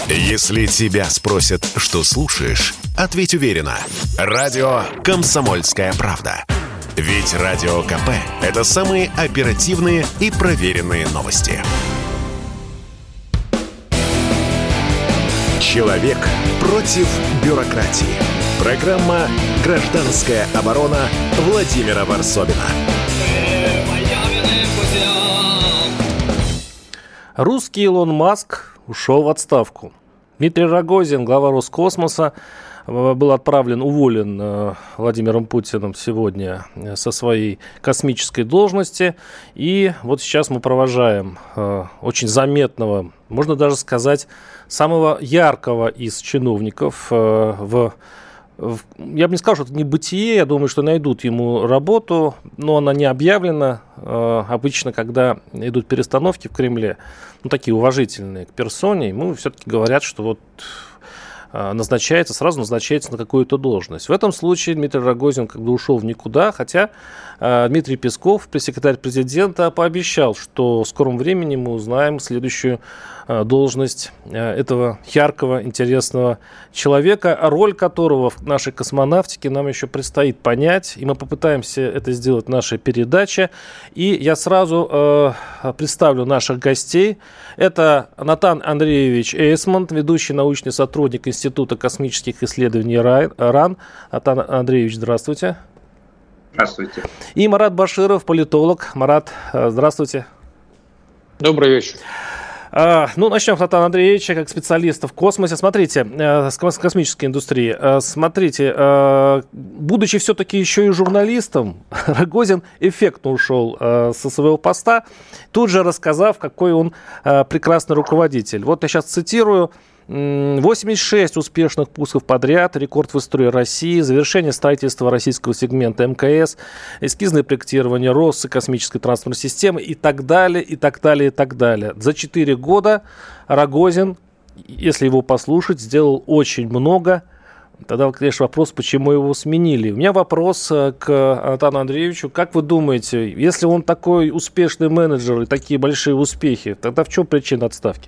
Если тебя спросят, что слушаешь, ответь уверенно. Радио «Комсомольская правда». Ведь Радио КП – это самые оперативные и проверенные новости. Человек против бюрократии. Программа «Гражданская оборона» Владимира Варсобина. Русский Илон Маск ушел в отставку. Дмитрий Рогозин, глава Роскосмоса, был уволен Владимиром Путиным сегодня со своей космической должности. И вот сейчас мы провожаем очень заметного, можно даже сказать, самого яркого из чиновников я бы не сказал, что это небытие, я думаю, что найдут ему работу, но она не объявлена. Обычно, когда идут перестановки в Кремле, такие уважительные к персоне, ему все-таки говорят, что вот сразу назначается на какую-то должность. В этом случае Дмитрий Рогозин ушел в никуда, хотя Дмитрий Песков, пресс-секретарь президента, пообещал, что в скором времени мы узнаем следующую должность этого яркого, интересного человека, роль которого в нашей космонавтике нам еще предстоит понять, и мы попытаемся это сделать в нашей передаче. И я сразу представлю наших гостей. Это Натан Андреевич Эйсмонт, ведущий научный сотрудник Института космических исследований РАН. Натан Андреевич, здравствуйте. Здравствуйте. И Марат Баширов, политолог. Марат, здравствуйте. Добрый вечер. Начнем с Натана Андреевича, как специалиста в космосе. Смотрите, с космической индустрии. Смотрите, будучи все-таки еще и журналистом, Рогозин эффектно ушел со своего поста, тут же рассказав, какой он прекрасный руководитель. Вот я сейчас цитирую. 86 успешных пусков подряд, рекорд в истории России, завершение строительства российского сегмента МКС, эскизное проектирование РОС и космической транспортной системы и так далее, и так далее, и так далее. За 4 года Рогозин, если его послушать, сделал очень много. Тогда, конечно, вопрос, почему его сменили. У меня вопрос к Натану Андреевичу. Как вы думаете, если он такой успешный менеджер и такие большие успехи, тогда в чем причина отставки?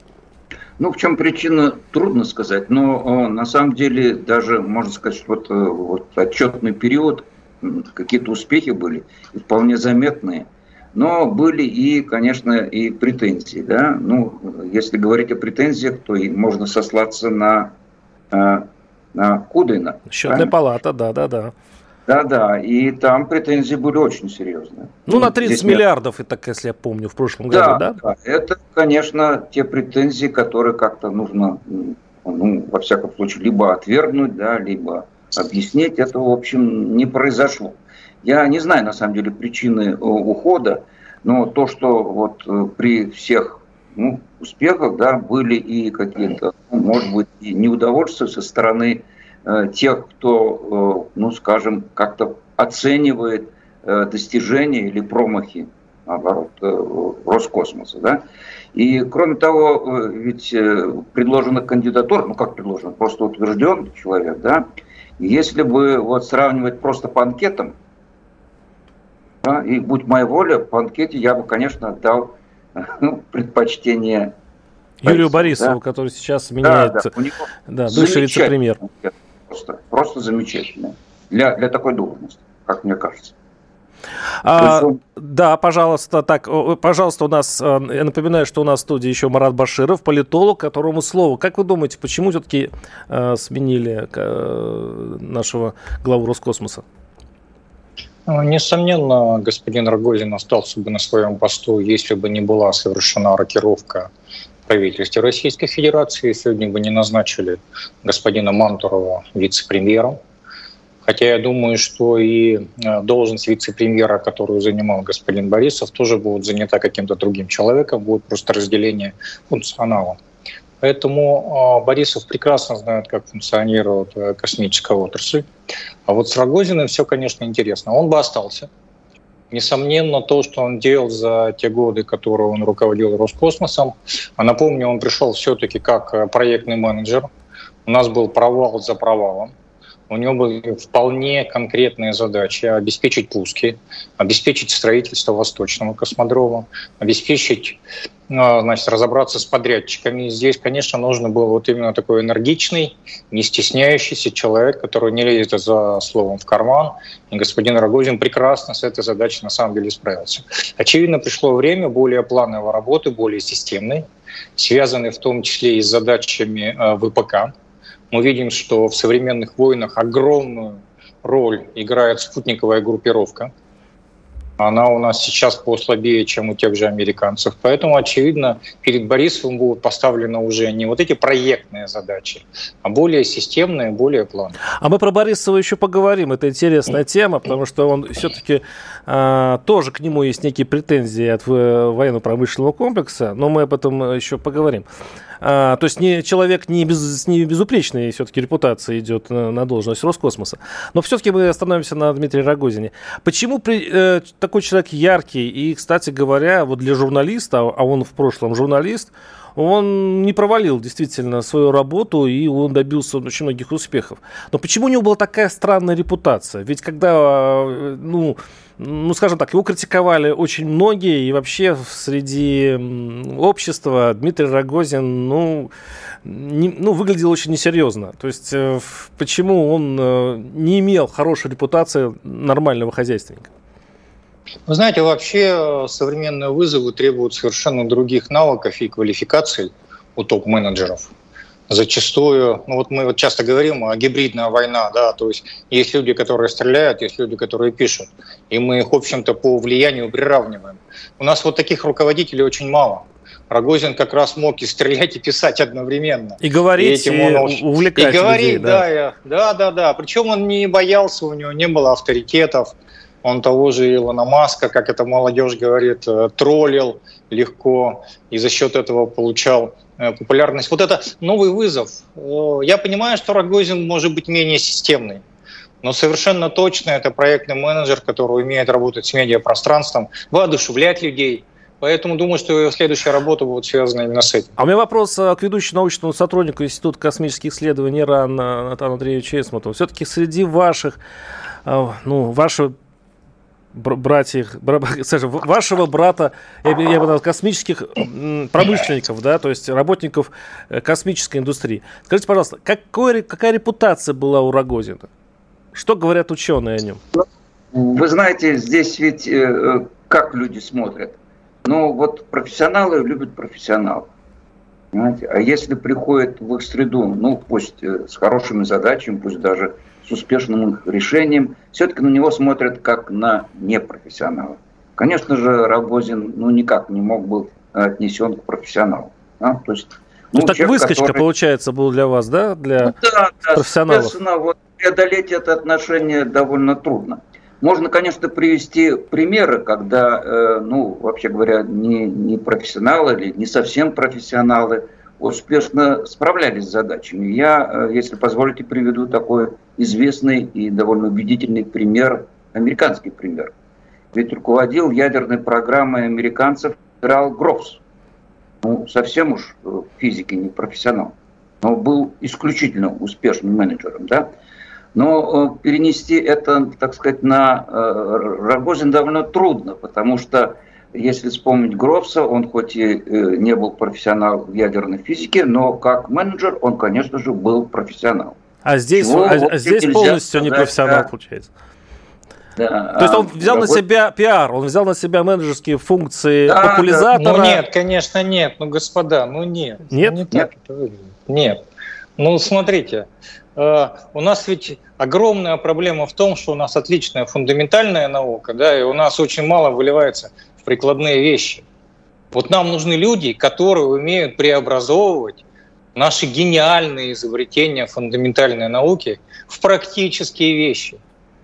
В чем причина, трудно сказать, но на самом деле даже, можно сказать, что вот отчетный период, какие-то успехи были, и вполне заметные, но были и, конечно, и претензии, да, если говорить о претензиях, то и можно сослаться на Кудина. Счетная палата, да. Да, и там претензии были очень серьезные. На 30 миллиардов, если я помню, в прошлом году, да? Да, это, конечно, те претензии, которые как-то нужно, во всяком случае, либо отвергнуть, да, либо объяснить. Это, в общем, не произошло. Я не знаю, на самом деле, причины ухода, но то, что при всех успехах, да, были и какие-то, может быть, и неудовольствия со стороны тех, кто, скажем, как-то оценивает достижения или промахи, наоборот, Роскосмоса. Да? И, кроме того, ведь предложена кандидатура, просто утвержден человек, да? Если бы сравнивать просто по анкетам, да, и будь моя воля, по анкете я бы, конечно, отдал предпочтение Юрию Борисову, да? Который сейчас меняется. Бывший вице-премьер. Просто замечательно. Для такой должности, как мне кажется. Да, пожалуйста. Пожалуйста, у нас, я напоминаю, что у нас в студии еще Марат Баширов, политолог, которому слово. Как вы думаете, почему все-таки сменили нашего главу Роскосмоса? Несомненно, господин Рогозин остался бы на своем посту, если бы не была совершена рокировка в правительстве Российской Федерации. Сегодня бы не назначили господина Мантурова вице-премьером. Хотя я думаю, что и должность вице-премьера, которую занимал господин Борисов, тоже будет занята каким-то другим человеком, будет просто разделение функционала. Поэтому Борисов прекрасно знает, как функционирует космическая отрасль. А вот с Рогозиным все, конечно, интересно. Он бы остался. Несомненно, то, что он делал за те годы, которые он руководил Роскосмосом, а напомню, он пришел все-таки как проектный менеджер. У нас был провал за провалом. У него были вполне конкретные задачи: обеспечить пуски, обеспечить строительство Восточного космодрома, обеспечить значит, разобраться с подрядчиками. И здесь, конечно, нужно был вот именно такой энергичный, не стесняющийся человек, который не лезет за словом в карман. И господин Рогозин прекрасно с этой задачей на самом деле справился. Очевидно, пришло время более плановой работы, более системной, связанной в том числе и с задачами ВПК. Мы видим, что в современных войнах огромную роль играет спутниковая группировка. Она у нас сейчас послабее, чем у тех же американцев. Поэтому, очевидно, перед Борисовым будут поставлены уже не вот эти проектные задачи, а более системные, более плановые. А мы про Борисова еще поговорим. Это интересная тема, потому что он все-таки тоже к нему есть некие претензии от военно-промышленного комплекса, но мы об этом еще поговорим. То есть человек не безупречной все-таки репутации идет на должность Роскосмоса. Но все-таки мы остановимся на Дмитрии Рогозине. Почему такой человек яркий и, кстати говоря, вот для журналиста, а он в прошлом журналист, он не провалил действительно свою работу, и он добился очень многих успехов. Но почему у него была такая странная репутация? Ведь когда, скажем так, его критиковали очень многие, и вообще среди общества Дмитрий Рогозин, выглядел очень несерьезно. То есть почему он не имел хорошей репутации нормального хозяйственника? Вы знаете, вообще современные вызовы требуют совершенно других навыков и квалификаций у топ-менеджеров. Зачастую, мы часто говорим о гибридная война, да, то есть есть люди, которые стреляют, есть люди, которые пишут, и мы их, в общем-то, по влиянию приравниваем. У нас вот таких руководителей очень мало. Рогозин как раз мог и стрелять, и писать одновременно. И говорить, и увлекать людей. И говорить, да. Причем он не боялся, у него не было авторитетов. Он того же Илона Маска, как это молодежь говорит, троллил легко и за счет этого получал популярность. Вот это новый вызов. Я понимаю, что Рогозин может быть менее системный, но совершенно точно это проектный менеджер, который умеет работать с медиапространством, воодушевлять людей. Поэтому думаю, что его следующая работа будет связана именно с этим. А у меня вопрос к ведущему научному сотруднику Института космических исследований РАН Натану Андреевичу Эсмутову. Все-таки среди ваших вашего брата, я бы сказал, космических промышленников, да, то есть работников космической индустрии. Скажите, пожалуйста, какая репутация была у Рогозина? Что говорят ученые о нем? Вы знаете, здесь ведь как люди смотрят. Вот профессионалы любят профессионалов. Понимаете? А если приходят в их среду, пусть с хорошими задачами, пусть даже с успешным их решением, все-таки на него смотрят как на непрофессионала. Конечно же, Рогозин никак не мог быть отнесен к профессионалу. Да? То есть так выскочка, получается, был для вас, да? Для профессионалов. Соответственно, преодолеть это отношение довольно трудно. Можно, конечно, привести примеры, когда, вообще говоря, не профессионалы или не совсем профессионалы успешно справлялись с задачами. Я, если позволите, приведу такой известный и довольно убедительный пример, американский пример. Ведь руководил ядерной программой американцев генерал Грофс. Совсем уж в физике не профессионал, но был исключительно успешным менеджером, да. Но перенести это, так сказать, на Рогозин довольно трудно, потому что, если вспомнить Грофса, он хоть и не был профессионал в ядерной физике, но как менеджер он, конечно же, был профессионал. А здесь полностью не профессионал, получается. Да, то есть он взял на себя пиар, он взял на себя менеджерские функции популяризатора. Нет, конечно, нет. Господа, нет. Нет? Не так это выглядит. Нет. Смотрите, у нас ведь огромная проблема в том, что у нас отличная фундаментальная наука, да, и у нас очень мало выливается в прикладные вещи. Вот нам нужны люди, которые умеют преобразовывать наши гениальные изобретения фундаментальной науки в практические вещи.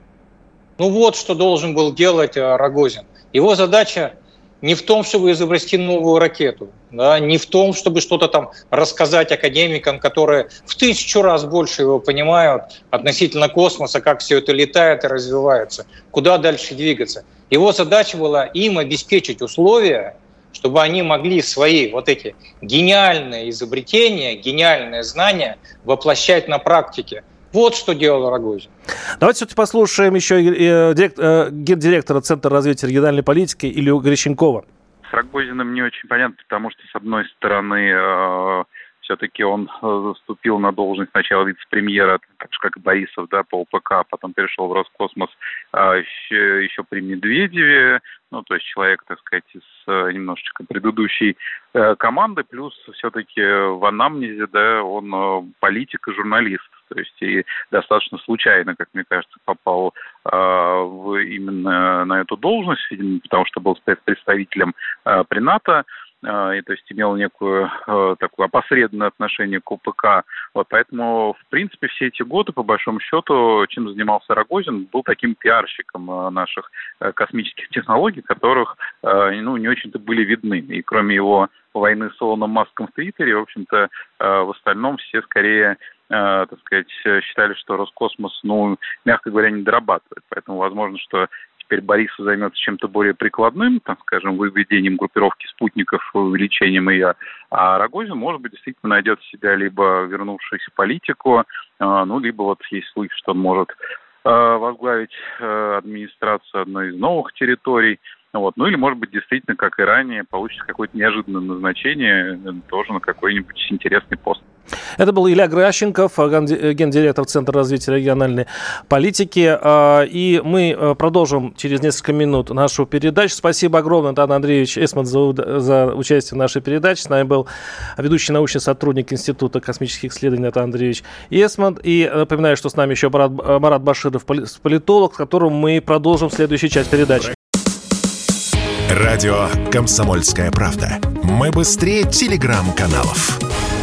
Вот что должен был делать Рогозин. Его задача не в том, чтобы изобрести новую ракету, да, не в том, чтобы что-то там рассказать академикам, которые в 1000 раз больше его понимают относительно космоса, как все это летает и развивается, куда дальше двигаться. Его задача была им обеспечить условия, чтобы они могли свои вот эти гениальные изобретения, гениальные знания воплощать на практике. Вот что делал Рогозин. Давайте все-таки послушаем еще гендиректора Центра развития региональной политики Илью Грищенкова. С Рогозиным не очень понятно, потому что, с одной стороны, все-таки он заступил на должность сначала вице-премьера, так же, как и Борисов, да, по ОПК, потом перешел в Роскосмос еще при Медведеве, ну, то есть человек, так сказать, из немножечко предыдущей команды, плюс все-таки в анамнезе, да, он политик и журналист, то есть и достаточно случайно, как мне кажется, попал именно на эту должность, видимо, потому что был спецпредставителем при НАТО, и то есть имел некую такое опосредованное отношение к ОПК. Вот поэтому, в принципе, все эти годы, по большому счету, чем занимался Рогозин, был таким пиарщиком наших космических технологий, которых, не очень-то были видны. И кроме его войны с Илоном Маском в Твиттере, в общем-то, в остальном все скорее, так сказать, считали, что Роскосмос, мягко говоря, не дорабатывает. Поэтому возможно, что теперь Борисов займется чем-то более прикладным, там, скажем, выведением группировки спутников, увеличением ее, а Рогозин, может быть, действительно найдет себя либо вернувшись в политику, либо вот есть слухи, что он может возглавить администрацию одной из новых территорий, или, может быть, действительно, как и ранее, получится какое-то неожиданное назначение тоже на какой-нибудь интересный пост. Это был Илья Гращенков, гендиректор Центра развития региональной политики. И мы продолжим через несколько минут нашу передачу. Спасибо огромное, Антон Андреевич Эсман, за участие в нашей передаче. С нами был ведущий научный сотрудник Института космических исследований Антон Андреевич Эсман. И напоминаю, что с нами еще Марат Баширов, политолог, с которым мы продолжим следующую часть передачи. Радио «Комсомольская правда». Мы быстрее телеграм-каналов.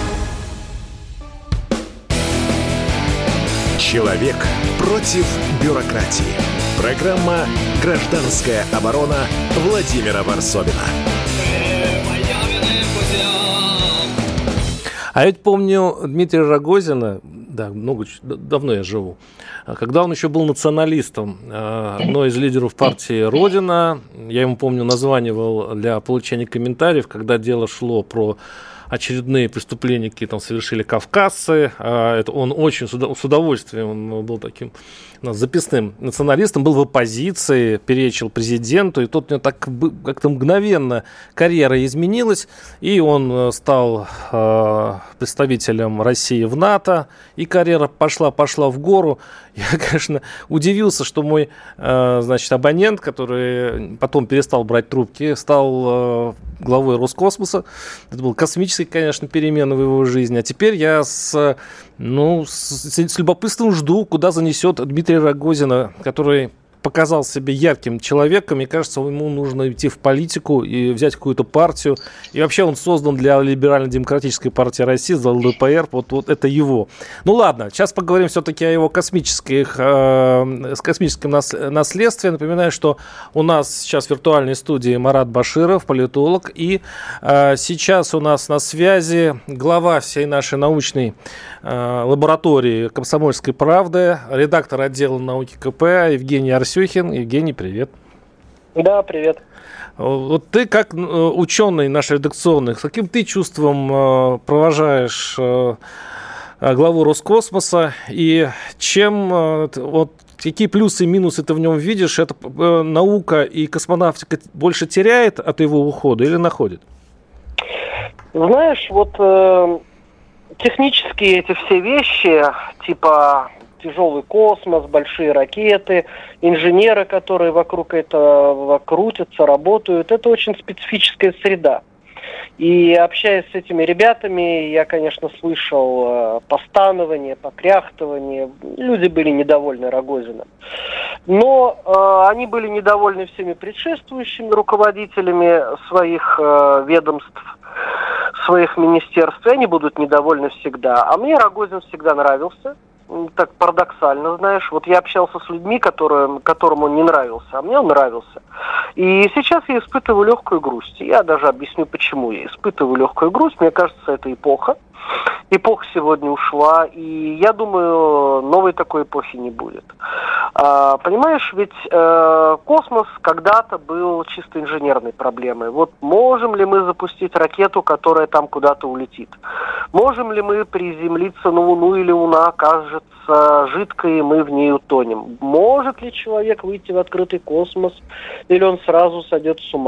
Человек против бюрократии. Программа «Гражданская оборона» Владимира Варсобина. А ведь помню Дмитрия Рогозина, давно я живу, когда он еще был националистом, одной из лидеров партии «Родина». Я ему, помню, названивал для получения комментариев, когда дело шло про очередные преступления, какие там совершили кавказцы. Это он очень с удовольствием, он был таким записным националистом, был в оппозиции, перечил президенту, и тут у него так как-то мгновенно карьера изменилась, и он стал представителем России в НАТО, и карьера пошла в гору. Я, конечно, удивился, что мой, абонент, который потом перестал брать трубки, стал главой Роскосмоса. Это был космический, конечно, перемена в его жизни. А теперь я с любопытством жду, куда занесет Дмитрия Рогозина, который показал себя ярким человеком. Мне кажется, ему нужно идти в политику и взять какую-то партию. И вообще он создан для Либерально-демократической партии России, за ЛДПР. Вот это его. Ладно, сейчас поговорим все-таки о его космическом наследстве. Напоминаю, что у нас сейчас в виртуальной студии Марат Баширов, политолог. И сейчас у нас на связи глава всей нашей научной лаборатории «Комсомольской правды», редактор отдела науки КП Евгений Арсюхин. Евгений, привет. Да, привет. Вот ты, как ученый наш редакционный, с каким ты чувством провожаешь главу Роскосмоса, и какие плюсы и минусы ты в нем видишь? Это наука и космонавтика больше теряет от его ухода или находит? Знаешь, технические эти все вещи, типа тяжелый космос, большие ракеты, инженеры, которые вокруг этого крутятся, работают, это очень специфическая среда. И общаясь с этими ребятами, я, конечно, слышал постановление, покряхтывание. Люди были недовольны Рогозиным. Но они были недовольны всеми предшествующими руководителями своих ведомств, своих министерств. И они будут недовольны всегда. А мне Рогозин всегда нравился. Так парадоксально, знаешь. Я общался с людьми, которым он не нравился, а мне он нравился. И сейчас я испытываю легкую грусть. Я даже объясню, почему я испытываю легкую грусть. Мне кажется, это эпоха. Эпоха сегодня ушла, и я думаю, новой такой эпохи не будет. Понимаешь, ведь космос когда-то был чисто инженерной проблемой. Можем ли мы запустить ракету, которая там куда-то улетит? Можем ли мы приземлиться на Луну, или Луна окажется жидкой, и мы в ней утонем? Может ли человек выйти в открытый космос, или он сразу сойдет с ума?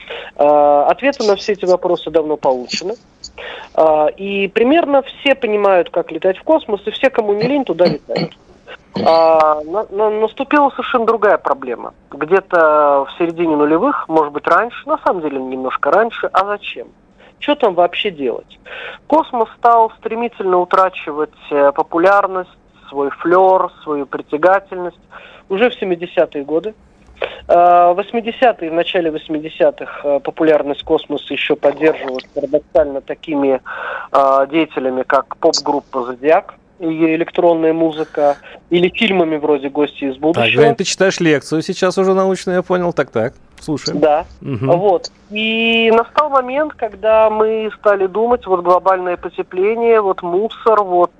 Ответы на все эти вопросы давно получены. И примерно все понимают, как летать в космос, и все, кому не лень, туда летают. Наступила совершенно другая проблема. Где-то в середине нулевых, может быть раньше, на самом деле немножко раньше. А зачем? Что там вообще делать? Космос стал стремительно утрачивать популярность, свой флер, свою притягательность уже в 70-е годы. В 80-е, в начале 80-х популярность космоса еще поддерживалась парадоксально такими деятелями, как поп-группа «Зодиак», и электронная музыка, или фильмами вроде «Гости из будущего». Так, Жень, ты читаешь лекцию сейчас уже научную, я понял. Так, слушаем. Да, вот. И настал момент, когда мы стали думать, вот глобальное потепление, вот мусор, вот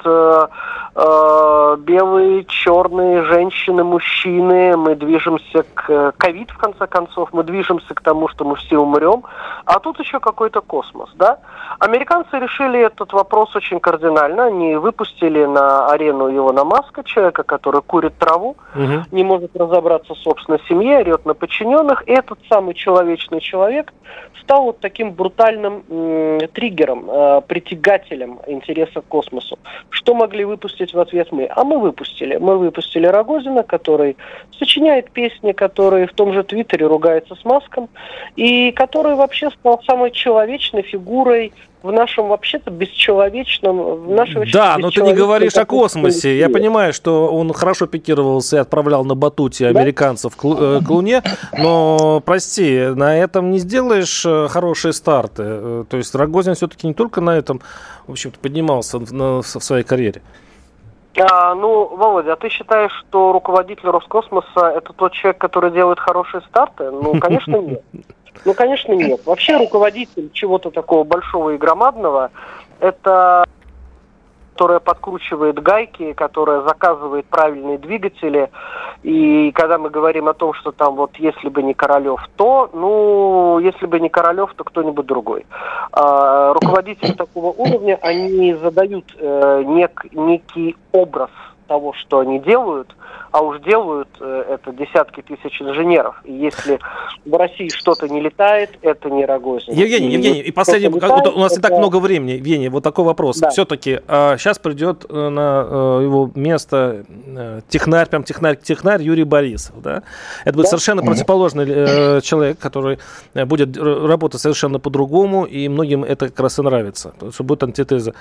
белые, черные, женщины, мужчины, мы движемся к ковид, в конце концов, мы движемся к тому, что мы все умрем, а тут еще какой-то космос, да? Американцы решили этот вопрос очень кардинально, они выпустили на арену Илона Маска, человека, который курит траву, не может разобраться в собственной семье, орет на подчиненных, и этот самый человечный человек стал вот таким брутальным триггером, притягателем интереса к космосу. Что могли выпустить в ответ мы? А мы выпустили. Мы выпустили Рогозина, который сочиняет песни, который в том же Твиттере ругается с Маском, и который вообще стал самой человечной фигурой в нашем вообще-то бесчеловечном... Да, но ты не говоришь о космосе. Я понимаю, что он хорошо пикировался и отправлял на батуте американцев к Луне, но, прости, на этом не сделаешь хорошие старты. То есть Рогозин все-таки не только на этом, в общем-то, поднимался в своей карьере. Володя, а ты считаешь, что руководитель Роскосмоса – это тот человек, который делает хорошие старты? Ну, конечно, нет. Ну, конечно, нет. Вообще руководитель чего-то такого большого и громадного – это которая подкручивает гайки, которая заказывает правильные двигатели. И когда мы говорим о том, что там вот если бы не Королев, то, если бы не Королев, то кто-нибудь другой. Руководители такого уровня, они задают некий образ того, что они делают, а уж делают это десятки тысяч инженеров. И если в России что-то не летает, это не Рогозин. Евгений, и последний, у нас не так много времени. Евгений, вот такой вопрос. Да. Все-таки сейчас придет на его место технарь Юрий Борисов. Да? Это будет совершенно противоположный человек, который будет работать совершенно по-другому, и многим это как раз и нравится. То есть будет антитеза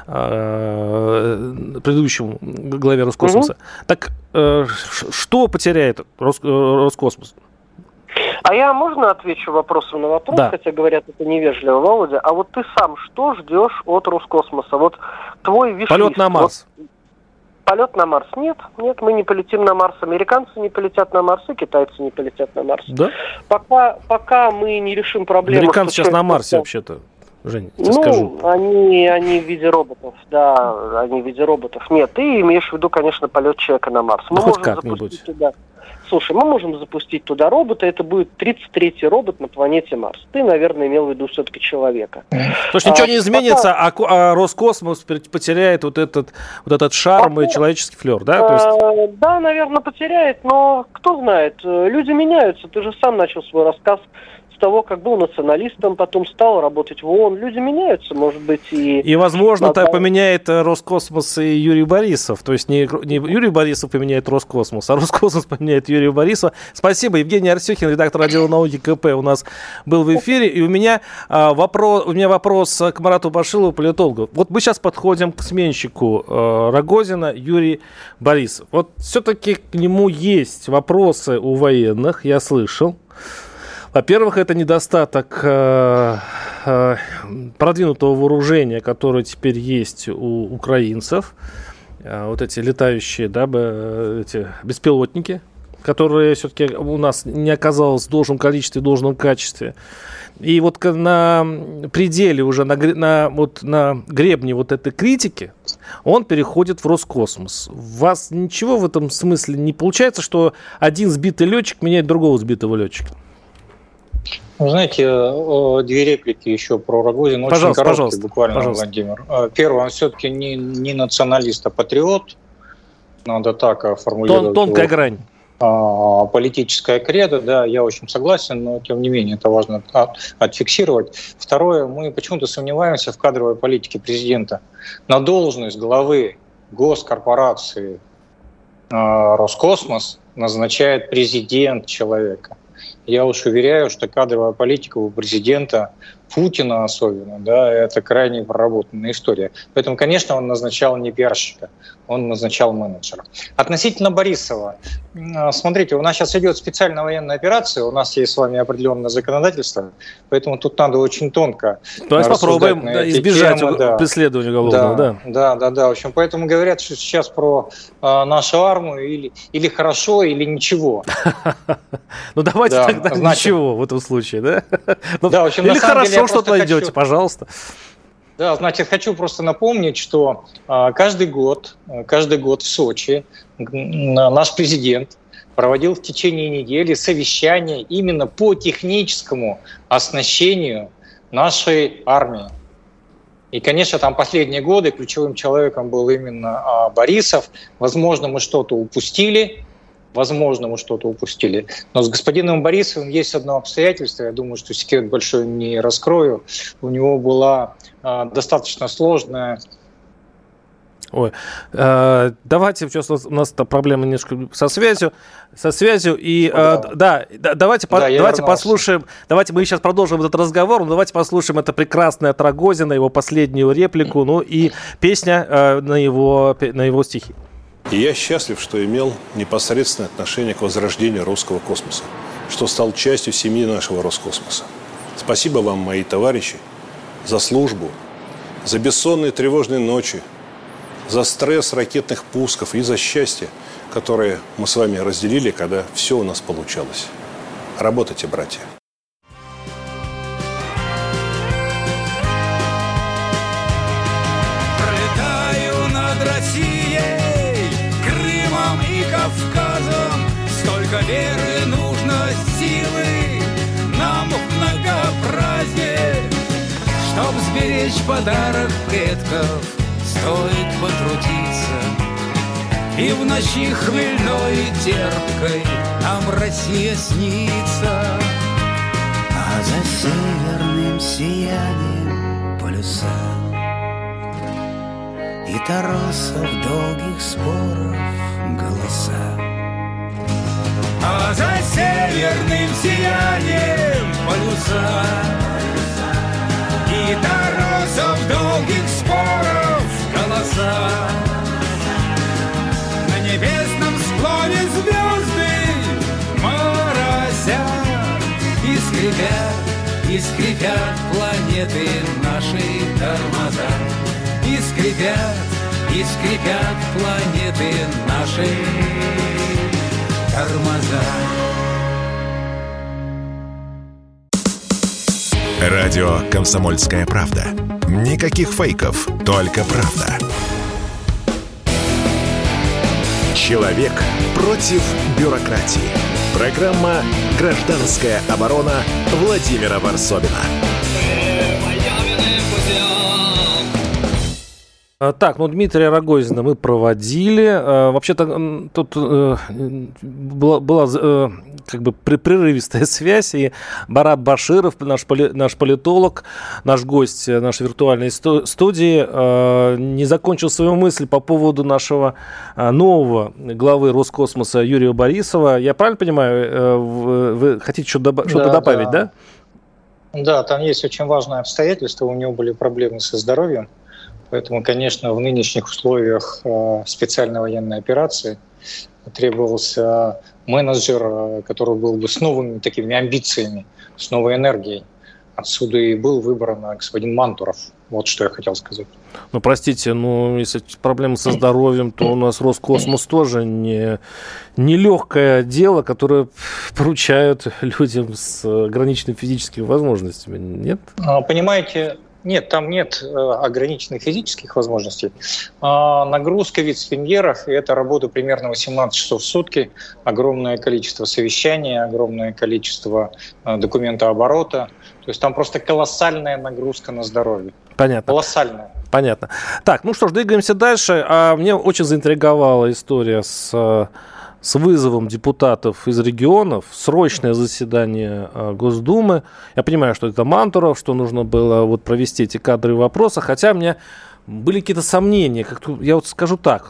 предыдущему главе Роскосмоса. Так что потеряет Роскосмос? А я, можно отвечу вопросом на вопрос, да. Хотя говорят, это невежливо, Володя. А вот ты сам что ждешь от Роскосмоса? Вот твой виш-лист. Полет на Марс. Полет на Марс? Нет, мы не полетим на Марс. Американцы не полетят на Марс, и китайцы не полетят на Марс. Да? Пока мы не решим проблему... Американцы сейчас на Марсе вообще-то. Жень, я тебе скажу. Они в виде роботов, да, они в виде роботов. Нет, ты имеешь в виду, конечно, полет человека на Марс. Мы можем запустить туда. Слушай, мы можем запустить туда робота, это будет 33-й робот на планете Марс. Ты, наверное, имел в виду все-таки человека. То есть ничего не изменится, а Роскосмос потеряет вот этот шарм и человеческий флер, да? То есть... Да, наверное, потеряет, но кто знает, люди меняются. Ты же сам начал свой рассказ с того, как был националистом, потом стал работать в ООН. Люди меняются, может быть, и... И, возможно, это поменяет Роскосмос и Юрий Борисов. То есть не Юрий Борисов поменяет Роскосмос, а Роскосмос поменяет Юрия Борисова. Спасибо. Евгений Арсюхин, редактор отдела науки КП, у нас был в эфире. И у меня вопрос к Марату Башилову, политологу. Вот мы сейчас подходим к сменщику Рогозина, Юрий Борисов. Вот все-таки к нему есть вопросы у военных, я слышал. Во-первых, это недостаток продвинутого вооружения, которое теперь есть у украинцев. Вот эти летающие, эти беспилотники, которые все-таки у нас не оказалось в должном количестве, в должном качестве. И вот на пределе уже, на гребне вот этой критики, он переходит в Роскосмос. У вас ничего в этом смысле не получается, что один сбитый летчик меняет другого сбитого летчика? Вы знаете, две реплики еще про Рогозина. Очень короткие, буквально, Владимир. Первый, он все-таки не националист, а патриот. Надо так формулировать. Тонкая грань. политическое кредо, да, я очень согласен, но тем не менее это важно отфиксировать. Второе, мы почему-то сомневаемся в кадровой политике президента. На должность главы госкорпорации Роскосмос назначает президент человека. Я уж уверяю, что кадровая политика у президента Путина особенно, да, это крайне проработанная история. Поэтому, конечно, он назначал не пиарщика, он назначал менеджера. Относительно Борисова, смотрите, у нас сейчас идет специальная военная операция, у нас есть с вами определенное законодательство, поэтому тут надо очень тонко рассуждать. Попробуем избежать преследования уголовного. Да. В общем, поэтому говорят, что сейчас про нашу армию или хорошо, или ничего. Ну давайте тогда ничего в этом случае, да? Да, в общем, или хорошо что-то найдете, пожалуйста. Да, значит, хочу просто напомнить, что каждый год в Сочи наш президент проводил в течение недели совещание именно по техническому оснащению нашей армии. И, конечно, там последние годы ключевым человеком был именно Борисов. Возможно, мы что-то упустили. Но с господином Борисовым есть одно обстоятельство, я думаю, что секрет большой не раскрою. У него была достаточно сложная... Давайте, сейчас у нас проблема немножко со связью. И давайте послушаем. Давайте мы сейчас продолжим этот разговор. Но давайте послушаем это прекрасное от Рогозина, его последнюю реплику, ну и песня на его стихи. И я счастлив, что имел непосредственное отношение к возрождению русского космоса, что стал частью семьи нашего Роскосмоса. Спасибо вам, мои товарищи, за службу, за бессонные тревожные ночи, за стресс ракетных пусков и за счастье, которое мы с вами разделили, когда все у нас получалось. Работайте, братья. Пролетаю над Россией, Крымом и Кавказом. Столько веры нужно, силы нам в многообразие. Чтоб сберечь подарок предков, стоит потрудиться. И в ночи хмельной и терпкой нам Россия снится. А за северным сиянием полюса и торосов долгих споров голоса. А за северным сиянием полюса и торосов долгих споров голоса. На небесном склоне звезды морозят и скрипят планеты нашей тормоза. И скрипят планеты нашей тормоза. Радио «Комсомольская правда». Никаких фейков, только правда. Человек против бюрократии. Программа «Гражданская оборона» Владимира Варсобина. Так, Дмитрия Рогозина мы проводили. Вообще-то тут была как бы прерывистая связь, и Барат Баширов, наш политолог, наш гость нашей виртуальной студии, не закончил свою мысль по поводу нашего нового главы Роскосмоса Юрия Борисова. Я правильно понимаю, вы хотите что-то добавить, да? Да, там есть очень важное обстоятельство. У него были проблемы со здоровьем. Поэтому, конечно, в нынешних условиях специальной военной операции требовался менеджер, который был бы с новыми такими амбициями, с новой энергией. Отсюда и был выбран господин Мантуров. Вот что я хотел сказать. Простите, если проблемы со здоровьем, то у нас Роскосмос тоже не легкое дело, которое поручают людям с ограниченными физическими возможностями, нет? Понимаете, нет, там нет ограниченных физических возможностей. Нагрузка вице-премьеров, и это работа примерно 18 часов в сутки, огромное количество совещаний, огромное количество документооборота. То есть там просто колоссальная нагрузка на здоровье. Понятно. Колоссальная. Понятно. Так, что ж, двигаемся дальше. Мне очень заинтриговала история с с вызовом депутатов из регионов, срочное заседание Госдумы. Я понимаю, что это Мантуров, что нужно было вот провести эти кадровые вопросы, хотя у меня были какие-то сомнения. Я вот скажу так,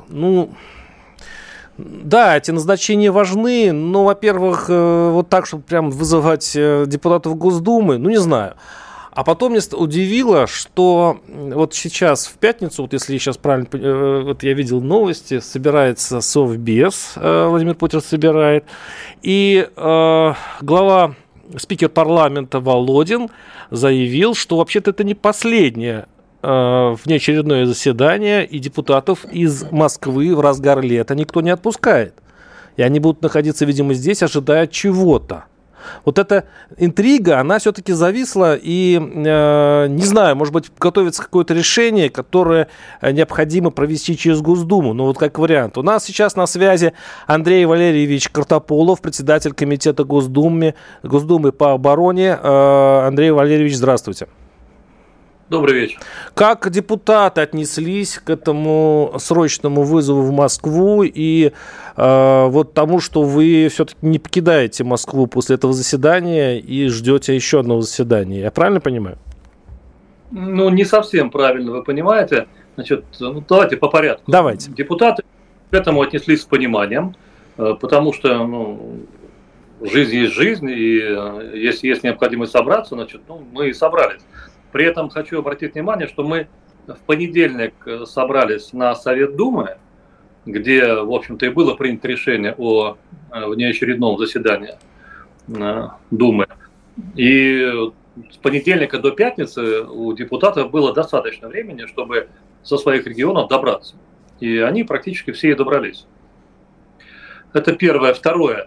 да, эти назначения важны, но, во-первых, вот так, чтобы прям вызывать депутатов Госдумы, не знаю. А потом меня удивило, что вот сейчас в пятницу, вот если я сейчас правильно, вот я видел новости, собирается Совбез, Владимир Путин собирает, и спикер парламента Володин заявил, что вообще-то это не последнее внеочередное заседание, и депутатов из Москвы в разгар лета никто не отпускает. И они будут находиться, видимо, здесь, ожидая чего-то. Вот эта интрига, она все-таки зависла, и, не знаю, может быть, готовится какое-то решение, которое необходимо провести через Госдуму, вот как вариант. У нас сейчас на связи Андрей Валерьевич Картополов, председатель комитета Госдумы по обороне. Андрей Валерьевич, здравствуйте. Добрый вечер. Как депутаты отнеслись к этому срочному вызову в Москву и вот тому, что вы все-таки не покидаете Москву после этого заседания и ждете еще одного заседания? Я правильно понимаю? Не совсем правильно вы понимаете. Значит, давайте по порядку. Давайте. Депутаты к этому отнеслись с пониманием, потому что жизнь есть жизнь, и если есть необходимость собраться, значит, мы и собрались. При этом хочу обратить внимание, что мы в понедельник собрались на Совет Думы, где, в общем-то, и было принято решение о внеочередном заседании Думы. И с понедельника до пятницы у депутатов было достаточно времени, чтобы со своих регионов добраться. И они практически все и добрались. Это первое. Второе.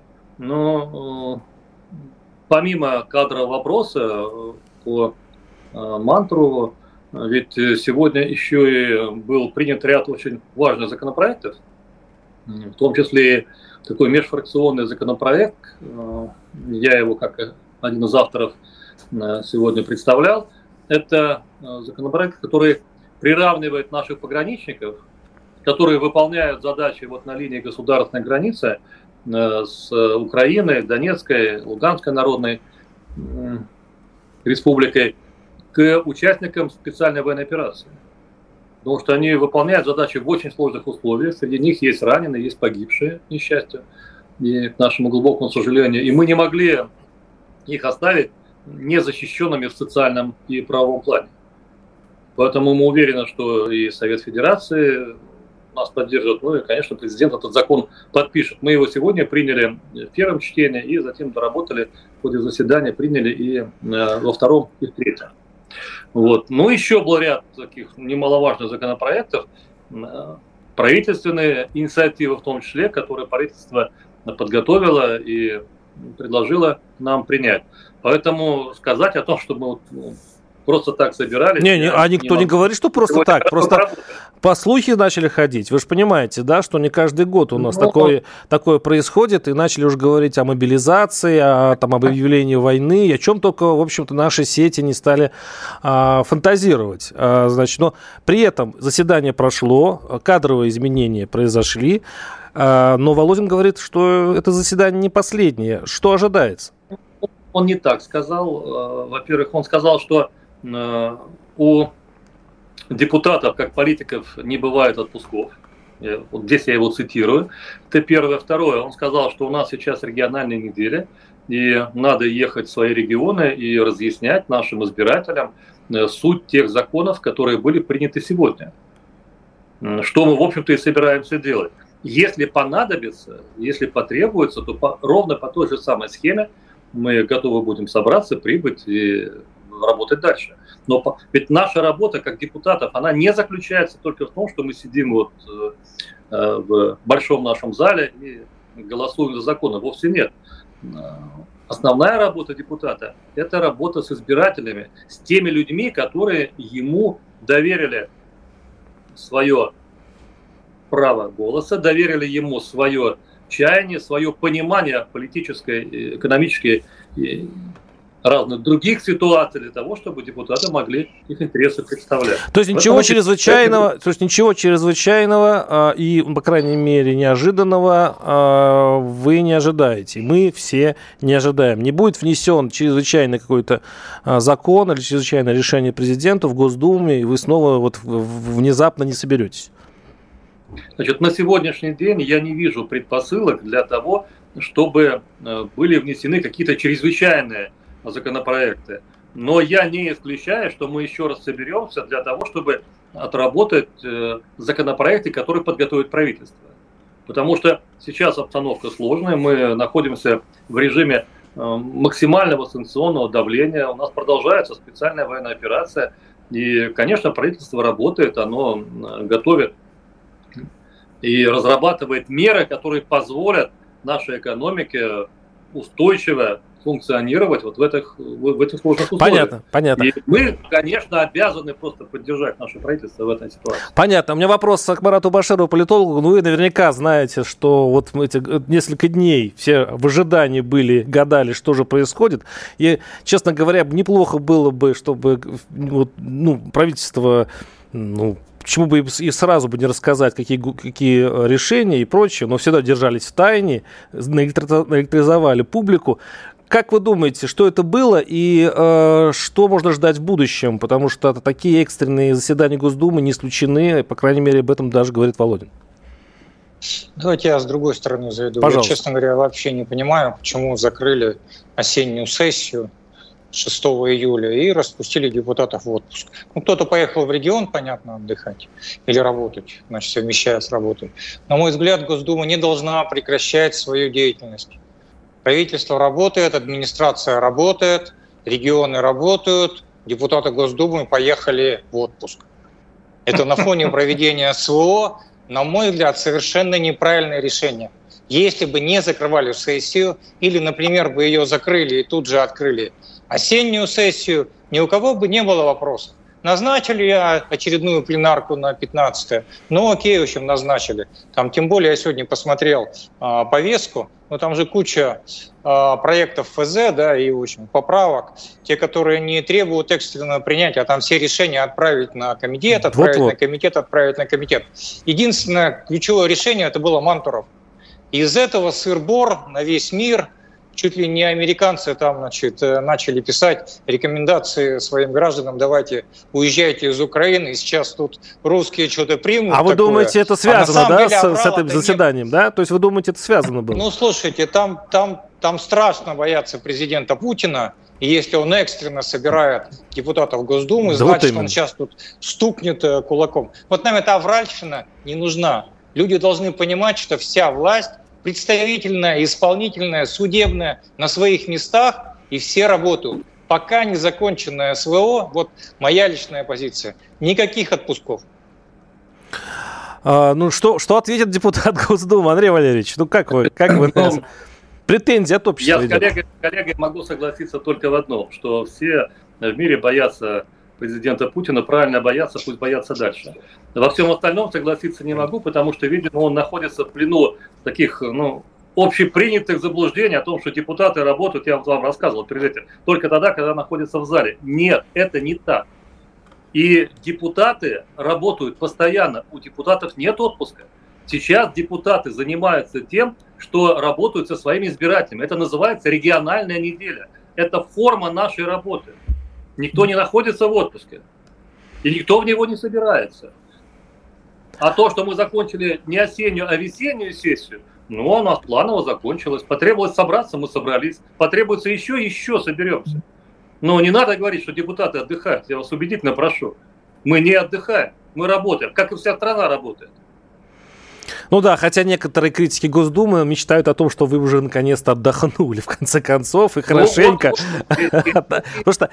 Помимо кадрового вопроса по Мантурову, ведь сегодня еще и был принят ряд очень важных законопроектов, в том числе и такой межфракционный законопроект. Я его как один из авторов сегодня представлял. Это законопроект, который приравнивает наших пограничников, которые выполняют задачи на линии государственной границы с Украиной, Донецкой, Луганской народной республикой, к участникам специальной военной операции. Потому что они выполняют задачи в очень сложных условиях. Среди них есть раненые, есть погибшие, к несчастью, и к нашему глубокому сожалению. И мы не могли их оставить незащищенными в социальном и правовом плане. Поэтому мы уверены, что и Совет Федерации нас поддержит, и, конечно, президент этот закон подпишет. Мы его сегодня приняли в первом чтении и затем доработали в ходе заседания, приняли и во втором, и в третьем. Еще был ряд таких немаловажных законопроектов, правительственные инициативы в том числе, которые правительство подготовило и предложило нам принять. Поэтому сказать о том, что мы просто так собирались... никто не говорит, что просто так. Просто по слухи начали ходить. Вы же понимаете, да, что не каждый год у нас такое происходит, и начали уже говорить о мобилизации, об объявлении войны, о чем только, в общем-то, наши сети не стали фантазировать. Но при этом заседание прошло, кадровые изменения произошли, но Володин говорит, что это заседание не последнее. Что ожидается? Он не так сказал. Во-первых, он сказал, что у депутатов, как политиков, не бывает отпусков. Здесь я его цитирую. Это первое. Второе. Он сказал, что у нас сейчас региональные недели, и надо ехать в свои регионы и разъяснять нашим избирателям суть тех законов, которые были приняты сегодня. Что мы, в общем-то, и собираемся делать. Если понадобится, если потребуется, то ровно по той же самой схеме мы готовы будем собраться, прибыть и работать дальше. Но ведь наша работа как депутатов, она не заключается только в том, что мы сидим в большом нашем зале и голосуем за законы. Вовсе нет. Основная работа депутата – это работа с избирателями, с теми людьми, которые ему доверили свое право голоса, доверили ему свое чаяние, свое понимание политическое, экономическое разных других ситуаций для того, чтобы депутаты могли их интересы представлять. То есть ничего чрезвычайного и, по крайней мере, неожиданного вы не ожидаете. Мы все не ожидаем. Не будет внесен чрезвычайный какой-то закон или чрезвычайное решение президента в Госдуме, и вы снова вот внезапно не соберетесь. Значит, на сегодняшний день я не вижу предпосылок для того, чтобы были внесены какие-то чрезвычайные законопроекты. Но я не исключаю, что мы еще раз соберемся для того, чтобы отработать законопроекты, которые подготовит правительство. Потому что сейчас обстановка сложная, мы находимся в режиме максимального санкционного давления, у нас продолжается специальная военная операция, и, конечно, правительство работает, оно готовит и разрабатывает меры, которые позволят нашей экономике устойчиво функционировать вот в этих сложных условиях. Понятно. И мы, конечно, обязаны просто поддержать наше правительство в этой ситуации. Понятно. У меня вопрос к Марату Баширову, политологу. Ну, вы наверняка знаете, что вот эти несколько дней все в ожидании были, гадали, что же происходит. И, честно говоря, неплохо было бы, чтобы правительство... Почему бы и сразу бы не рассказать, какие решения и прочее, но всегда держались в тайне, наэлектризовали публику. Как вы думаете, что это было и что можно ждать в будущем? Потому что такие экстренные заседания Госдумы не исключены, по крайней мере, об этом даже говорит Володин. Давайте я с другой стороны зайду. Пожалуйста. Я, честно говоря, вообще не понимаю, почему закрыли осеннюю сессию 6 июля и распустили депутатов в отпуск. Кто-то поехал в регион, понятно, отдыхать или работать, значит, совмещая с работой. На мой взгляд, Госдума не должна прекращать свою деятельность. Правительство работает, администрация работает, регионы работают, депутаты Госдумы поехали в отпуск. Это на фоне проведения СВО, на мой взгляд, совершенно неправильное решение. Если бы не закрывали сессию или, например, бы ее закрыли и тут же открыли осеннюю сессию, ни у кого бы не было вопросов. Назначили очередную пленарку на 15-е. Ну окей, в общем, назначили. Там, тем более, я сегодня посмотрел повестку, но там же куча проектов ФЗ, да, и, в общем, поправок. Те, которые не требуют экстренного принятия, а там все решения отправить на комитет, отправить на комитет. Единственное ключевое решение, это было Мантуров. Из этого сыр-бор на весь мир. Чуть ли не американцы там, начали писать рекомендации своим гражданам: давайте уезжайте из Украины, и сейчас тут русские что-то примут. А вы думаете, это связано, да, с этим заседанием, нет. Да? То есть вы думаете, это связано было? Ну, слушайте, там страшно бояться президента Путина, и если он экстренно собирает депутатов Госдумы, значит, он сейчас тут стукнет кулаком. Вот нам эта авральщина не нужна. Люди должны понимать, что вся власть, представительная, исполнительная, судебная, на своих местах, и все работают. Пока не законченное СВО, вот моя личная позиция, никаких отпусков. Что ответит депутат Госдумы, Андрей Валерьевич? Как вы претензии от общества? Я с коллегой могу согласиться только в одном, что все в мире боятся президента Путина, правильно боятся, пусть боятся дальше. Во всем остальном согласиться не могу, потому что, видимо, он находится в плену таких, общепринятых заблуждений о том, что депутаты работают, я вам рассказывал перед этим, только тогда, когда находятся в зале. Нет, это не так. И депутаты работают постоянно, у депутатов нет отпуска. Сейчас депутаты занимаются тем, что работают со своими избирателями. Это называется региональная неделя. Это форма нашей работы. Никто не находится в отпуске. И никто в него не собирается. А то, что мы закончили не осеннюю, а весеннюю сессию, у нас планово закончилось. Потребовалось собраться, мы собрались. Потребуется еще соберемся. Но не надо говорить, что депутаты отдыхают. Я вас убедительно прошу. Мы не отдыхаем, мы работаем, как и вся страна работает. Хотя некоторые критики Госдумы мечтают о том, что вы уже наконец-то отдохнули, в конце концов, и хорошенько. Потому что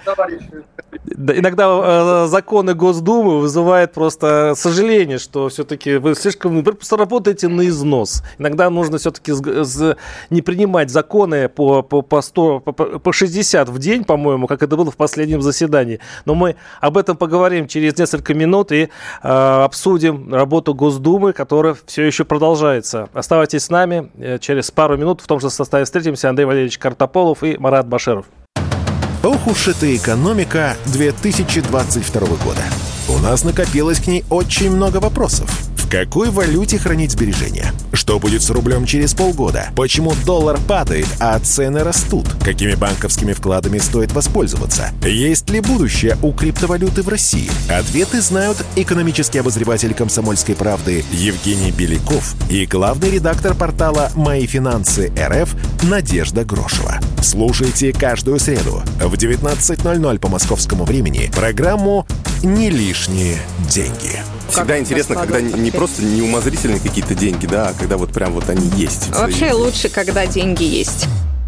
иногда законы Госдумы вызывают просто сожаление, что все-таки вы просто работаете на износ. Иногда нужно все-таки не принимать законы по 60 в день, по-моему, как это было в последнем заседании. Но мы об этом поговорим через несколько минут и обсудим работу Госдумы, которая все еще продолжается. Оставайтесь с нами. Через пару минут в том же составе встретимся. Андрей Валерьевич Картополов и Марат Баширов. Ох уж эта экономика 2022 года. У нас накопилось к ней очень много вопросов. В какой валюте хранить сбережения? Что будет с рублем через полгода? Почему доллар падает, а цены растут? Какими банковскими вкладами стоит воспользоваться? Есть ли будущее у криптовалюты в России? Ответы знают экономический обозреватель «Комсомольской правды» Евгений Беляков и главный редактор портала «Мои финансы РФ» Надежда Грошева. Слушайте каждую среду в 19:00 по московскому времени программу «Не лишние деньги». Всегда интересно, когда не просто неумозрительные какие-то деньги, да, а когда вот прям вот они есть. Вообще лучше, когда деньги есть.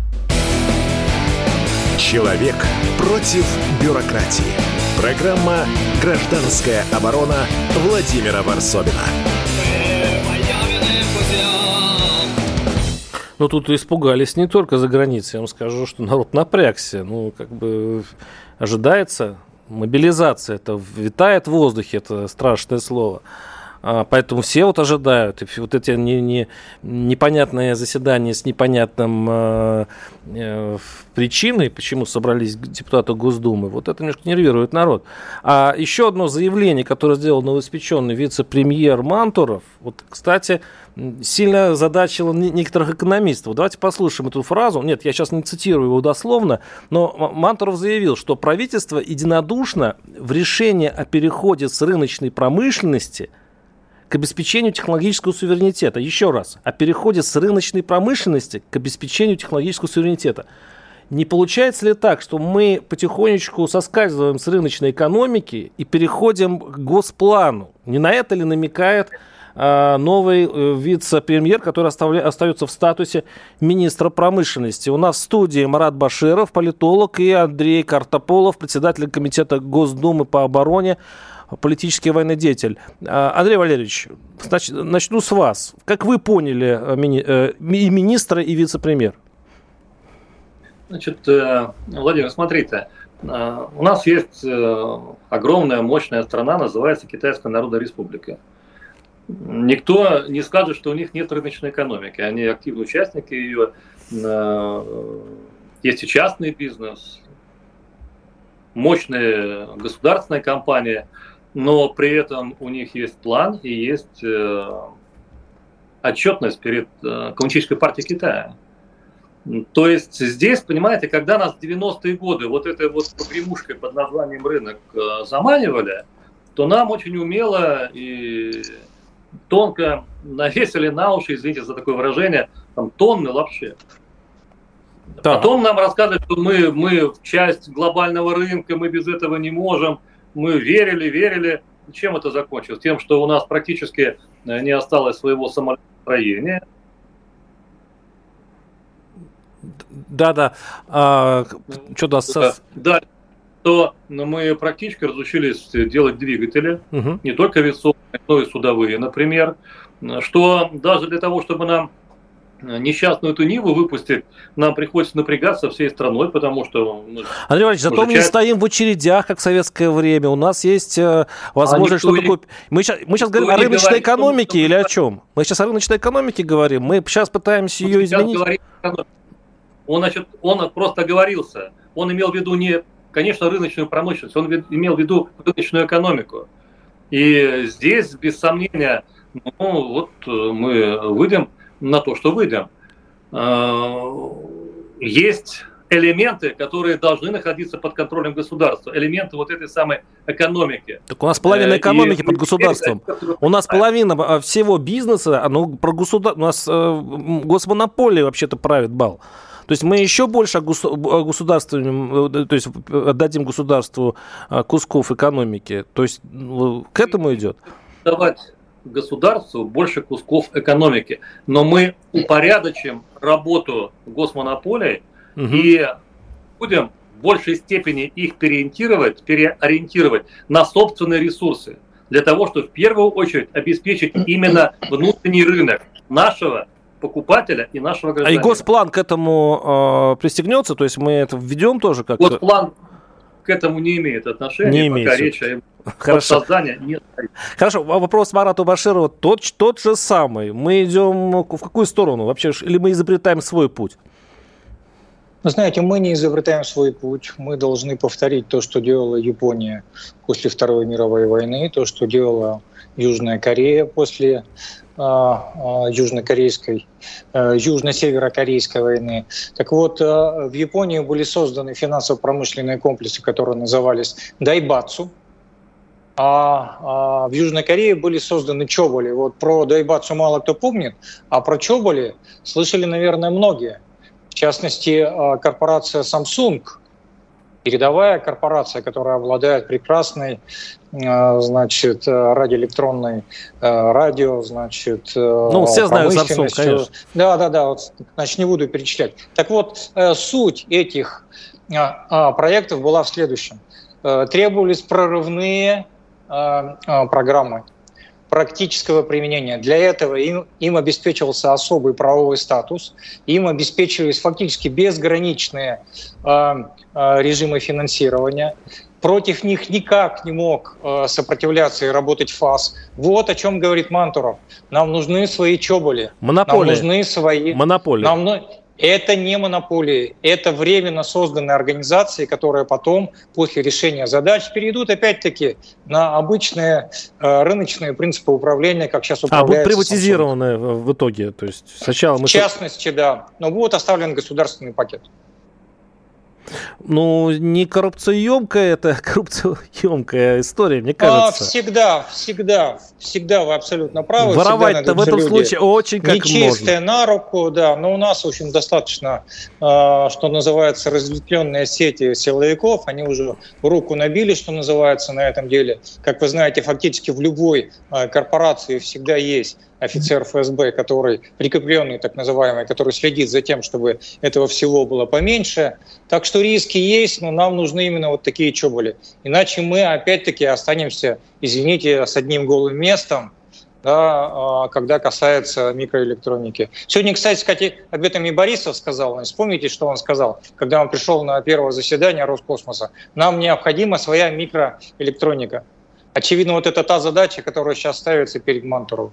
Человек против бюрократии. Программа «Гражданская оборона» Владимира Варсобина. Ну, тут испугались не только за границей. Я вам скажу, что народ напрягся. Ну, как бы ожидается мобилизация. Это витает в воздухе, это страшное слово. Поэтому все вот ожидают. И вот эти непонятные заседания с непонятным причиной, почему собрались депутаты Госдумы, вот это немножко нервирует народ. А еще одно заявление, которое сделал новоиспеченный вице-премьер Мантуров, вот, кстати, сильно озадачило некоторых экономистов. Давайте послушаем эту фразу. Нет, я сейчас не цитирую его дословно, но Мантуров заявил, что правительство единодушно в решении о переходе с рыночной промышленности к обеспечению технологического суверенитета. Еще раз, о переходе с рыночной промышленности к обеспечению технологического суверенитета. Не получается ли так, что мы потихонечку соскальзываем с рыночной экономики и переходим к госплану? Не на это ли намекает новый вице-премьер, который остается в статусе министра промышленности? У нас в студии Марат Баширов, политолог, и Андрей Картополов, председатель комитета Госдумы по обороне, политический военный деятель. Андрей Валерьевич, начну с вас. Как вы поняли и министра, и вице-премьер? Значит, Владимир, смотрите, у нас есть огромная, мощная страна, называется Китайская Народная Республика. Никто не скажет, что у них нет рыночной экономики. Они активные участники ее. Есть и частный бизнес, мощная государственная компания, но при этом у них есть план и есть отчетность перед Коммунистической партией Китая. То есть здесь, понимаете, когда нас в 90-е годы вот этой вот погремушкой под названием рынок заманивали, то нам очень умело и тонко навесили на уши, извините за такое выражение, там, тонны лапши. Да. Потом нам рассказывают, что мы часть глобального рынка, мы без этого не можем. Мы верили. Чем это закончилось? Тем, что у нас практически не осталось своего самостроения. Да. Что-то Да, то мы практически разучились делать двигатели, не только авиационные, но и судовые, например. Что даже для того, чтобы нам несчастную эту Ниву выпустить, нам приходится напрягаться всей страной, потому что... Андрей Иванович, зато мы не стоим в очередях, как в советское время. У нас есть возможность что-то купить. Мы сейчас говорим о рыночной экономике или о чем? Мы сейчас о рыночной экономике говорим. Мы сейчас пытаемся ее изменить. Он просто оговорился. Он имел в виду не, конечно, рыночную промышленность, он имел в виду рыночную экономику. И здесь, без сомнения, мы выйдем на то, что выйдем. Есть элементы, которые должны находиться под контролем государства. Элементы вот этой самой экономики. Так у нас половина экономики под государством. У нас половина всего бизнеса, у нас госмонополия вообще-то правит бал. То есть мы еще больше государствуем, то есть отдадим государству кусков экономики. То есть к этому идет. Давать государству больше кусков экономики. Но мы упорядочим работу госмонополий и будем в большей степени их переориентировать на собственные ресурсы. Для того, чтобы в первую очередь обеспечить именно внутренний рынок нашего покупателя и нашего гражданина. А и госплан к этому пристегнется? То есть мы это введем тоже как-то? Госплан к этому не имеет отношения. Не имеет. Пока речь о создании нет. Хорошо, вопрос Марату Баширову тот же самый. Мы идем в какую сторону вообще? Или мы изобретаем свой путь? Вы знаете, мы не изобретаем свой путь. Мы должны повторить то, что делала Япония после Второй мировой войны, то, что делала Южная Корея после южно-северокорейской войны. Так вот, в Японии были созданы финансово-промышленные комплексы, которые назывались дайбацу, а в Южной Корее были созданы чоболи. Вот про дайбацу мало кто помнит, а про чоболи слышали, наверное, многие. В частности, корпорация Samsung, передовая корпорация, которая обладает прекрасной, значит, радиоэлектронной радио, значит, все знают Samsung, конечно. Да, вот, значит, не буду перечислять. Так вот, суть этих проектов была в следующем. Требовались прорывные программы практического применения. Для этого им обеспечивался особый правовой статус, им обеспечивались фактически безграничные режимы финансирования. Против них никак не мог сопротивляться и работать ФАС. Вот о чем говорит Мантуров. Нам нужны свои чоболи. Монополии. Нам нужны свои... Монополии. Это не монополии, это временно созданные организации, которые потом, после решения задач, перейдут опять-таки на обычные рыночные принципы управления, как сейчас управляется. Будут приватизированы в итоге? То есть сначала мы... В частности, да. Но будет оставлен государственный пакет. Ну, не коррупцияемкая, это коррупцияемкая история, мне кажется. Всегда вы абсолютно правы. Воровать-то в этом случае очень как можно. Нечистое на руку, да, но у нас, в общем, достаточно, что называется, разветвленные сети силовиков, они уже руку набили, что называется, на этом деле. Как вы знаете, фактически в любой корпорации всегда есть офицер ФСБ, который прикрепленный, так называемый, который следит за тем, чтобы этого всего было поменьше. Так что риски есть, но нам нужны именно вот такие чоболи. Иначе мы опять-таки останемся, извините, с одним голым местом, да, когда касается микроэлектроники. Сегодня, кстати, об этом и Борисов сказал. Вспомните, что он сказал, когда он пришел на первое заседание Роскосмоса. Нам необходима своя микроэлектроника. Очевидно, вот это та задача, которая сейчас ставится перед Мантуровым.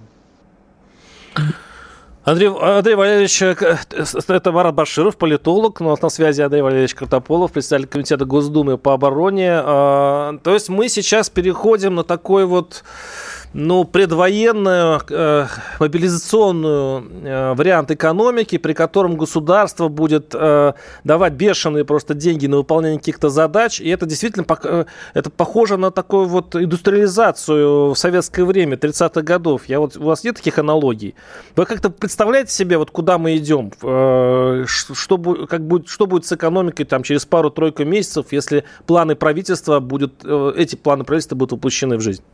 Андрей Валерьевич, это Марат Баширов, политолог, у нас на связи Андрей Валерьевич Картополов, председатель комитета Госдумы по обороне. То есть мы сейчас переходим на такой вот, предвоенную, мобилизационную вариант экономики, при котором государство будет давать бешеные просто деньги на выполнение каких-то задач, и это действительно это похоже на такую вот индустриализацию в советское время, 30-х годов. У вас нет таких аналогий? Вы как-то представляете себе, вот куда мы идем? Что будет с экономикой там, через пару-тройку месяцев, если эти планы правительства будут воплощены в жизнь?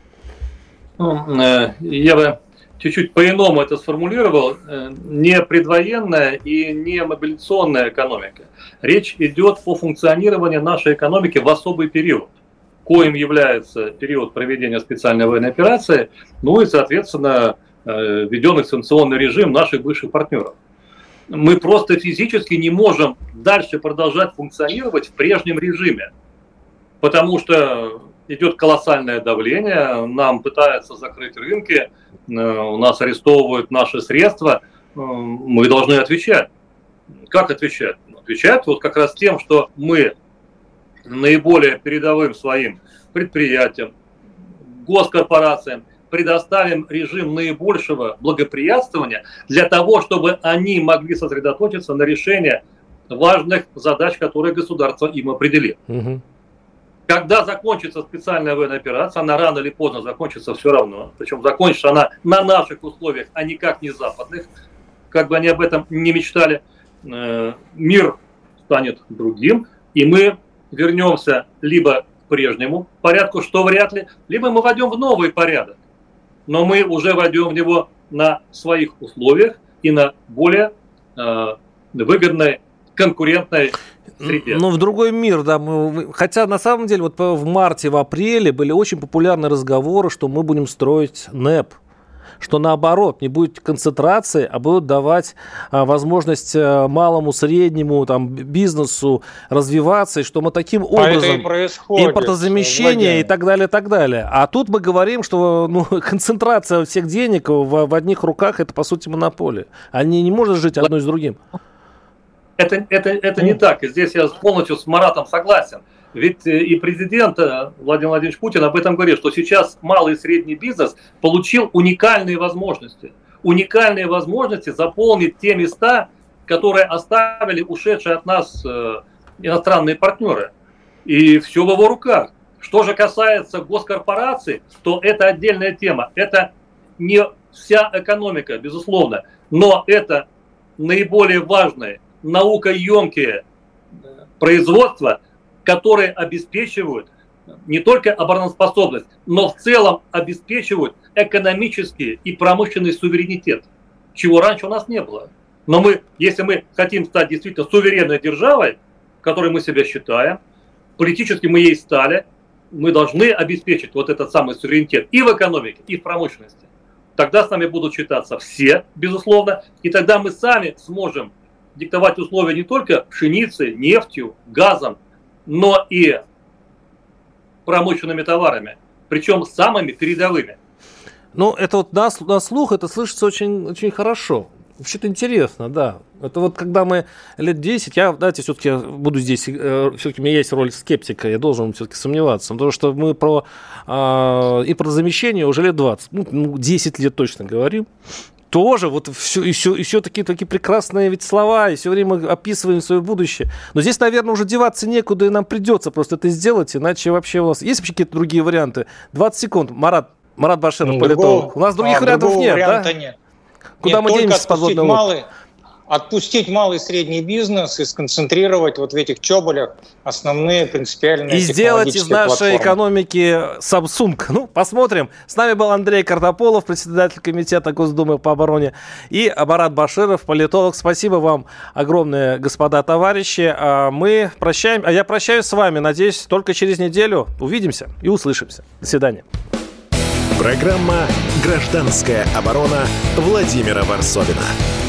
Я бы чуть-чуть по-иному это сформулировал. Не предвоенная и не мобилизационная экономика. Речь идет о функционировании нашей экономики в особый период, коим является период проведения специальной военной операции, и, соответственно, введенный санкционный режим наших бывших партнеров. Мы просто физически не можем дальше продолжать функционировать в прежнем режиме, потому что идет колоссальное давление, нам пытаются закрыть рынки, у нас арестовывают наши средства, мы должны отвечать. Как отвечать? Отвечать вот как раз тем, что мы наиболее передовым своим предприятиям, госкорпорациям предоставим режим наибольшего благоприятствования для того, чтобы они могли сосредоточиться на решении важных задач, которые государство им определит. Угу. Когда закончится специальная военная операция, она рано или поздно закончится все равно. Причем закончится она на наших условиях, а никак не западных. Как бы они об этом не мечтали, мир станет другим, и мы вернемся либо к прежнему порядку, что вряд ли, либо мы войдем в новый порядок. Но мы уже войдем в него на своих условиях и на более выгодной, конкурентной среде. В другой мир, да. Хотя на самом деле вот в марте, в апреле были очень популярные разговоры, что мы будем строить НЭП. Что наоборот, не будет концентрации, а будут давать возможность малому, среднему бизнесу развиваться, и что мы таким образом импортозамещение и так далее, и так далее. А тут мы говорим, что концентрация всех денег в одних руках – это, по сути, монополия. Они не могут жить одно с другим. Это не так. И здесь я полностью с Маратом согласен. Ведь и президент Владимир Владимирович Путин об этом говорит, что сейчас малый и средний бизнес получил уникальные возможности заполнить те места, которые оставили ушедшие от нас иностранные партнеры. И все в его руках. Что же касается госкорпораций, то это отдельная тема. Это не вся экономика, безусловно, но это наиболее важные, наукоемкие производства, которые обеспечивают не только обороноспособность, но в целом обеспечивают экономический и промышленный суверенитет, чего раньше у нас не было. Но если мы хотим стать действительно суверенной державой, которой мы себя считаем, политически мы ей стали, мы должны обеспечить вот этот самый суверенитет и в экономике, и в промышленности. Тогда с нами будут считаться все, безусловно, и тогда мы сами сможем диктовать условия не только пшеницей, нефтью, газом, но и промышленными товарами, причем самыми передовыми. Ну, это вот на слух это слышится очень, очень хорошо. Вообще-то интересно, да. Это вот когда мы лет 10, я, знаете, все-таки буду здесь, все-таки у меня есть роль скептика, я должен все-таки сомневаться, потому что мы про замещение уже лет 20, 10 лет точно говорим. Тоже вот еще такие прекрасные ведь слова, и все время описываем свое будущее. Но здесь, наверное, уже деваться некуда, и нам придется просто это сделать, иначе вообще у нас... Есть вообще какие-то другие варианты? 20 секунд. Марат Баширов, политолог. У нас других вариантов нет, да? Нет. Куда мы денемся с подводной лодки? Отпустить малый и средний бизнес и сконцентрировать вот в этих чоболях основные принципиальные и сделать из нашей экономики Samsung. Ну, посмотрим. С нами был Андрей Картополов, председатель комитета Госдумы по обороне, и Марат Баширов, политолог. Спасибо вам огромное, господа товарищи. Мы прощаем, я прощаюсь с вами. Надеюсь, только через неделю увидимся и услышимся. До свидания. Программа «Гражданская оборона» Владимира Варсовина.